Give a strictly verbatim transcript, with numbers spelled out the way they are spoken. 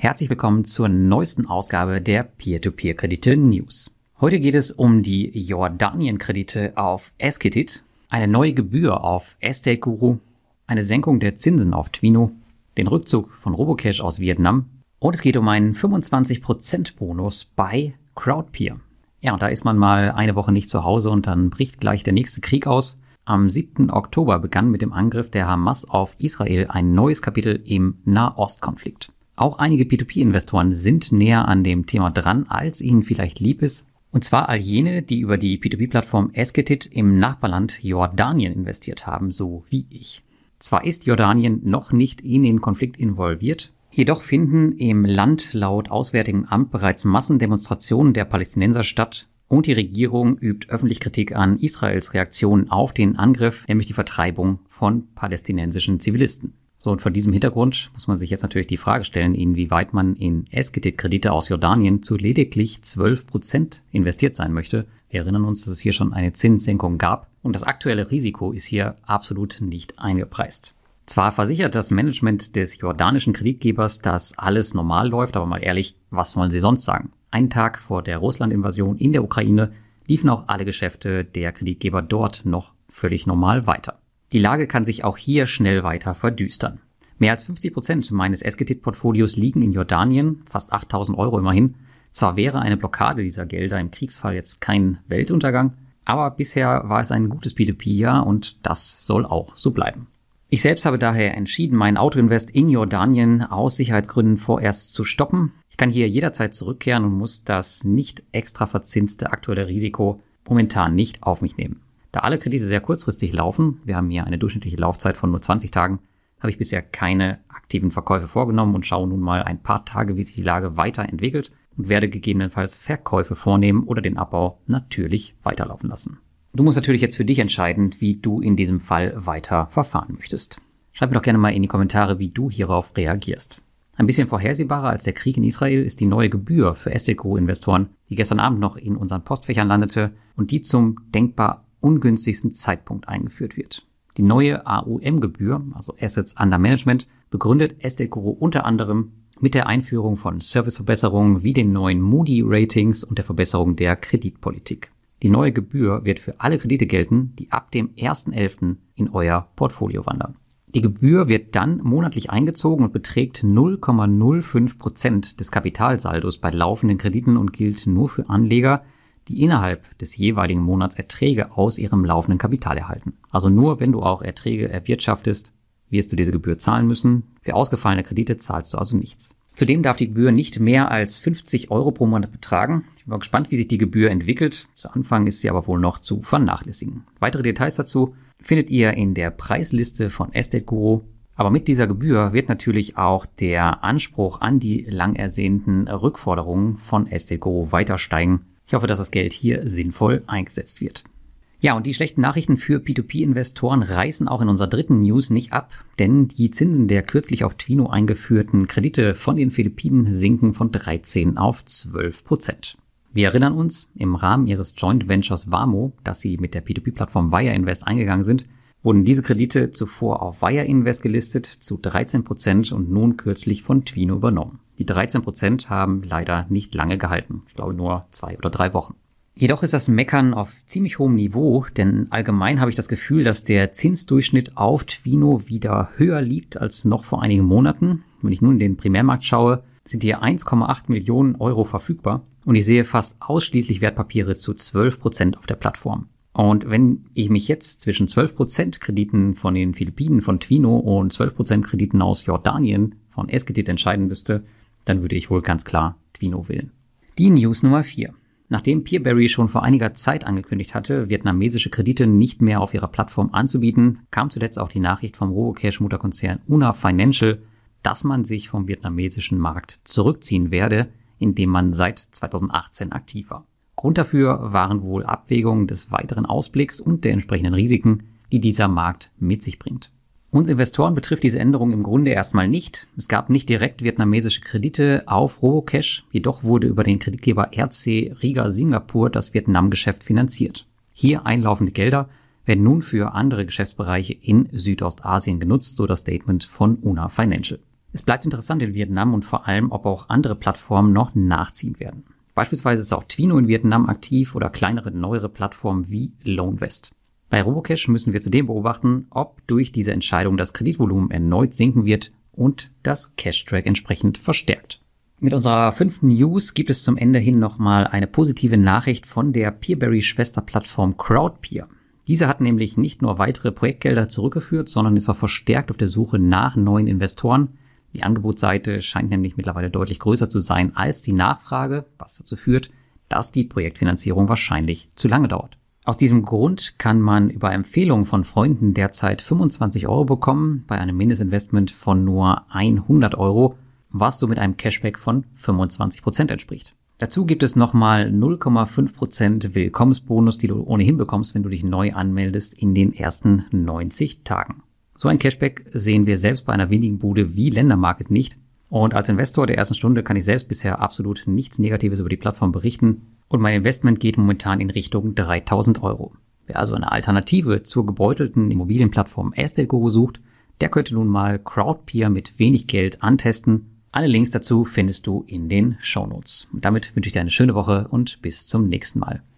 Herzlich willkommen zur neuesten Ausgabe der Peer-to-Peer-Kredite-News. Heute geht es um die Jordanien-Kredite auf Esketit, eine neue Gebühr auf Estate Guru, eine Senkung der Zinsen auf Twino, den Rückzug von Robocash aus Vietnam und es geht um einen fünfundzwanzig Prozent Bonus bei Crowdpeer. Ja, und da ist man mal eine Woche nicht zu Hause und dann bricht gleich der nächste Krieg aus. Am siebten Oktober begann mit dem Angriff der Hamas auf Israel ein neues Kapitel im Nahostkonflikt. Auch einige P to P-Investoren sind näher an dem Thema dran, als ihnen vielleicht lieb ist. Und zwar all jene, die über die P to P-Plattform Esketit im Nachbarland Jordanien investiert haben, so wie ich. Zwar ist Jordanien noch nicht in den Konflikt involviert, jedoch finden im Land laut Auswärtigem Amt bereits Massendemonstrationen der Palästinenser statt und die Regierung übt öffentlich Kritik an Israels Reaktion auf den Angriff, nämlich die Vertreibung von palästinensischen Zivilisten. So, und vor diesem Hintergrund muss man sich jetzt natürlich die Frage stellen, inwieweit man in Esketit-Kredite aus Jordanien zu lediglich zwölf Prozent investiert sein möchte. Wir erinnern uns, dass es hier schon eine Zinssenkung gab und das aktuelle Risiko ist hier absolut nicht eingepreist. Zwar versichert das Management des jordanischen Kreditgebers, dass alles normal läuft, aber mal ehrlich, was wollen sie sonst sagen? Einen Tag vor der Russland-Invasion in der Ukraine liefen auch alle Geschäfte der Kreditgeber dort noch völlig normal weiter. Die Lage kann sich auch hier schnell weiter verdüstern. Mehr als fünfzig Prozent meines Esketit-Portfolios liegen in Jordanien, fast achttausend Euro immerhin. Zwar wäre eine Blockade dieser Gelder im Kriegsfall jetzt kein Weltuntergang, aber bisher war es ein gutes P to P-Jahr und das soll auch so bleiben. Ich selbst habe daher entschieden, meinen Autoinvest in Jordanien aus Sicherheitsgründen vorerst zu stoppen. Ich kann hier jederzeit zurückkehren und muss das nicht extra verzinste aktuelle Risiko momentan nicht auf mich nehmen. Da alle Kredite sehr kurzfristig laufen, wir haben hier eine durchschnittliche Laufzeit von nur zwanzig Tagen, habe ich bisher keine aktiven Verkäufe vorgenommen und schaue nun mal ein paar Tage, wie sich die Lage weiterentwickelt und werde gegebenenfalls Verkäufe vornehmen oder den Abbau natürlich weiterlaufen lassen. Du musst natürlich jetzt für dich entscheiden, wie du in diesem Fall weiter verfahren möchtest. Schreib mir doch gerne mal in die Kommentare, wie du hierauf reagierst. Ein bisschen vorhersehbarer als der Krieg in Israel ist die neue Gebühr für Estate Guru-Investoren, die gestern Abend noch in unseren Postfächern landete und die zum denkbar ungünstigsten Zeitpunkt eingeführt wird. Die neue A U M-Gebühr, also Assets Under Management, begründet Estate Guru unter anderem mit der Einführung von Serviceverbesserungen wie den neuen Moody-Ratings und der Verbesserung der Kreditpolitik. Die neue Gebühr wird für alle Kredite gelten, die ab dem ersten elften in euer Portfolio wandern. Die Gebühr wird dann monatlich eingezogen und beträgt null Komma null fünf Prozent des Kapitalsaldos bei laufenden Krediten und gilt nur für Anleger, die innerhalb des jeweiligen Monats Erträge aus ihrem laufenden Kapital erhalten. Also nur wenn du auch Erträge erwirtschaftest, wirst du diese Gebühr zahlen müssen. Für ausgefallene Kredite zahlst du also nichts. Zudem darf die Gebühr nicht mehr als fünfzig Euro pro Monat betragen. Ich bin gespannt, wie sich die Gebühr entwickelt. Zu Anfang ist sie aber wohl noch zu vernachlässigen. Weitere Details dazu findet ihr in der Preisliste von Estate Guru. Aber mit dieser Gebühr wird natürlich auch der Anspruch an die lang ersehnten Rückforderungen von Estate Guru weiter steigen. Ich hoffe, dass das Geld hier sinnvoll eingesetzt wird. Ja, und die schlechten Nachrichten für P to P-Investoren reißen auch in unserer dritten News nicht ab, denn die Zinsen der kürzlich auf Twino eingeführten Kredite von den Philippinen sinken von dreizehn auf zwölf Prozent. Wir erinnern uns, im Rahmen ihres Joint Ventures Vamo, das sie mit der P to P-Plattform Wire Invest eingegangen sind, wurden diese Kredite zuvor auf Wire Invest gelistet zu dreizehn Prozent und nun kürzlich von Twino übernommen. Die dreizehn Prozent haben leider nicht lange gehalten. Ich glaube nur zwei oder drei Wochen. Jedoch ist das Meckern auf ziemlich hohem Niveau, denn allgemein habe ich das Gefühl, dass der Zinsdurchschnitt auf Twino wieder höher liegt als noch vor einigen Monaten. Wenn ich nun in den Primärmarkt schaue, sind hier eins Komma acht Millionen Euro verfügbar und ich sehe fast ausschließlich Wertpapiere zu zwölf Prozent auf der Plattform. Und wenn ich mich jetzt zwischen zwölf Prozent Krediten von den Philippinen von Twino und zwölf Prozent Krediten aus Jordanien von Esketit entscheiden müsste, dann würde ich wohl ganz klar Twino wählen. Die News Nummer vier. Nachdem Peerberry schon vor einiger Zeit angekündigt hatte, vietnamesische Kredite nicht mehr auf ihrer Plattform anzubieten, kam zuletzt auch die Nachricht vom Robocash-Mutterkonzern Una Financial, dass man sich vom vietnamesischen Markt zurückziehen werde, in dem man seit zweitausendachtzehn aktiv war. Grund dafür waren wohl Abwägungen des weiteren Ausblicks und der entsprechenden Risiken, die dieser Markt mit sich bringt. Uns Investoren betrifft diese Änderung im Grunde erstmal nicht. Es gab nicht direkt vietnamesische Kredite auf Robocash, jedoch wurde über den Kreditgeber R C Riga Singapur das Vietnam-Geschäft finanziert. Hier einlaufende Gelder werden nun für andere Geschäftsbereiche in Südostasien genutzt, so das Statement von Una Financial. Es bleibt interessant in Vietnam und vor allem, ob auch andere Plattformen noch nachziehen werden. Beispielsweise ist auch Twino in Vietnam aktiv oder kleinere, neuere Plattformen wie Loanvest. Bei Robocash müssen wir zudem beobachten, ob durch diese Entscheidung das Kreditvolumen erneut sinken wird und das Cash-Track entsprechend verstärkt. Mit unserer fünften News gibt es zum Ende hin nochmal eine positive Nachricht von der Peerberry-Schwesterplattform Crowdpeer. Diese hat nämlich nicht nur weitere Projektgelder zurückgeführt, sondern ist auch verstärkt auf der Suche nach neuen Investoren. Die Angebotsseite scheint nämlich mittlerweile deutlich größer zu sein als die Nachfrage, was dazu führt, dass die Projektfinanzierung wahrscheinlich zu lange dauert. Aus diesem Grund kann man über Empfehlungen von Freunden derzeit fünfundzwanzig Euro bekommen, bei einem Mindestinvestment von nur hundert Euro, was somit einem Cashback von fünfundzwanzig Prozent entspricht. Dazu gibt es nochmal null Komma fünf Prozent Willkommensbonus, die du ohnehin bekommst, wenn du dich neu anmeldest in den ersten neunzig Tagen. So ein Cashback sehen wir selbst bei einer windigen Bude wie Ländermarket nicht. Und als Investor der ersten Stunde kann ich selbst bisher absolut nichts Negatives über die Plattform berichten. Und mein Investment geht momentan in Richtung dreitausend Euro. Wer also eine Alternative zur gebeutelten Immobilienplattform Estate Guru sucht, der könnte nun mal Crowdpeer mit wenig Geld antesten. Alle Links dazu findest du in den Shownotes. Und damit wünsche ich dir eine schöne Woche und bis zum nächsten Mal.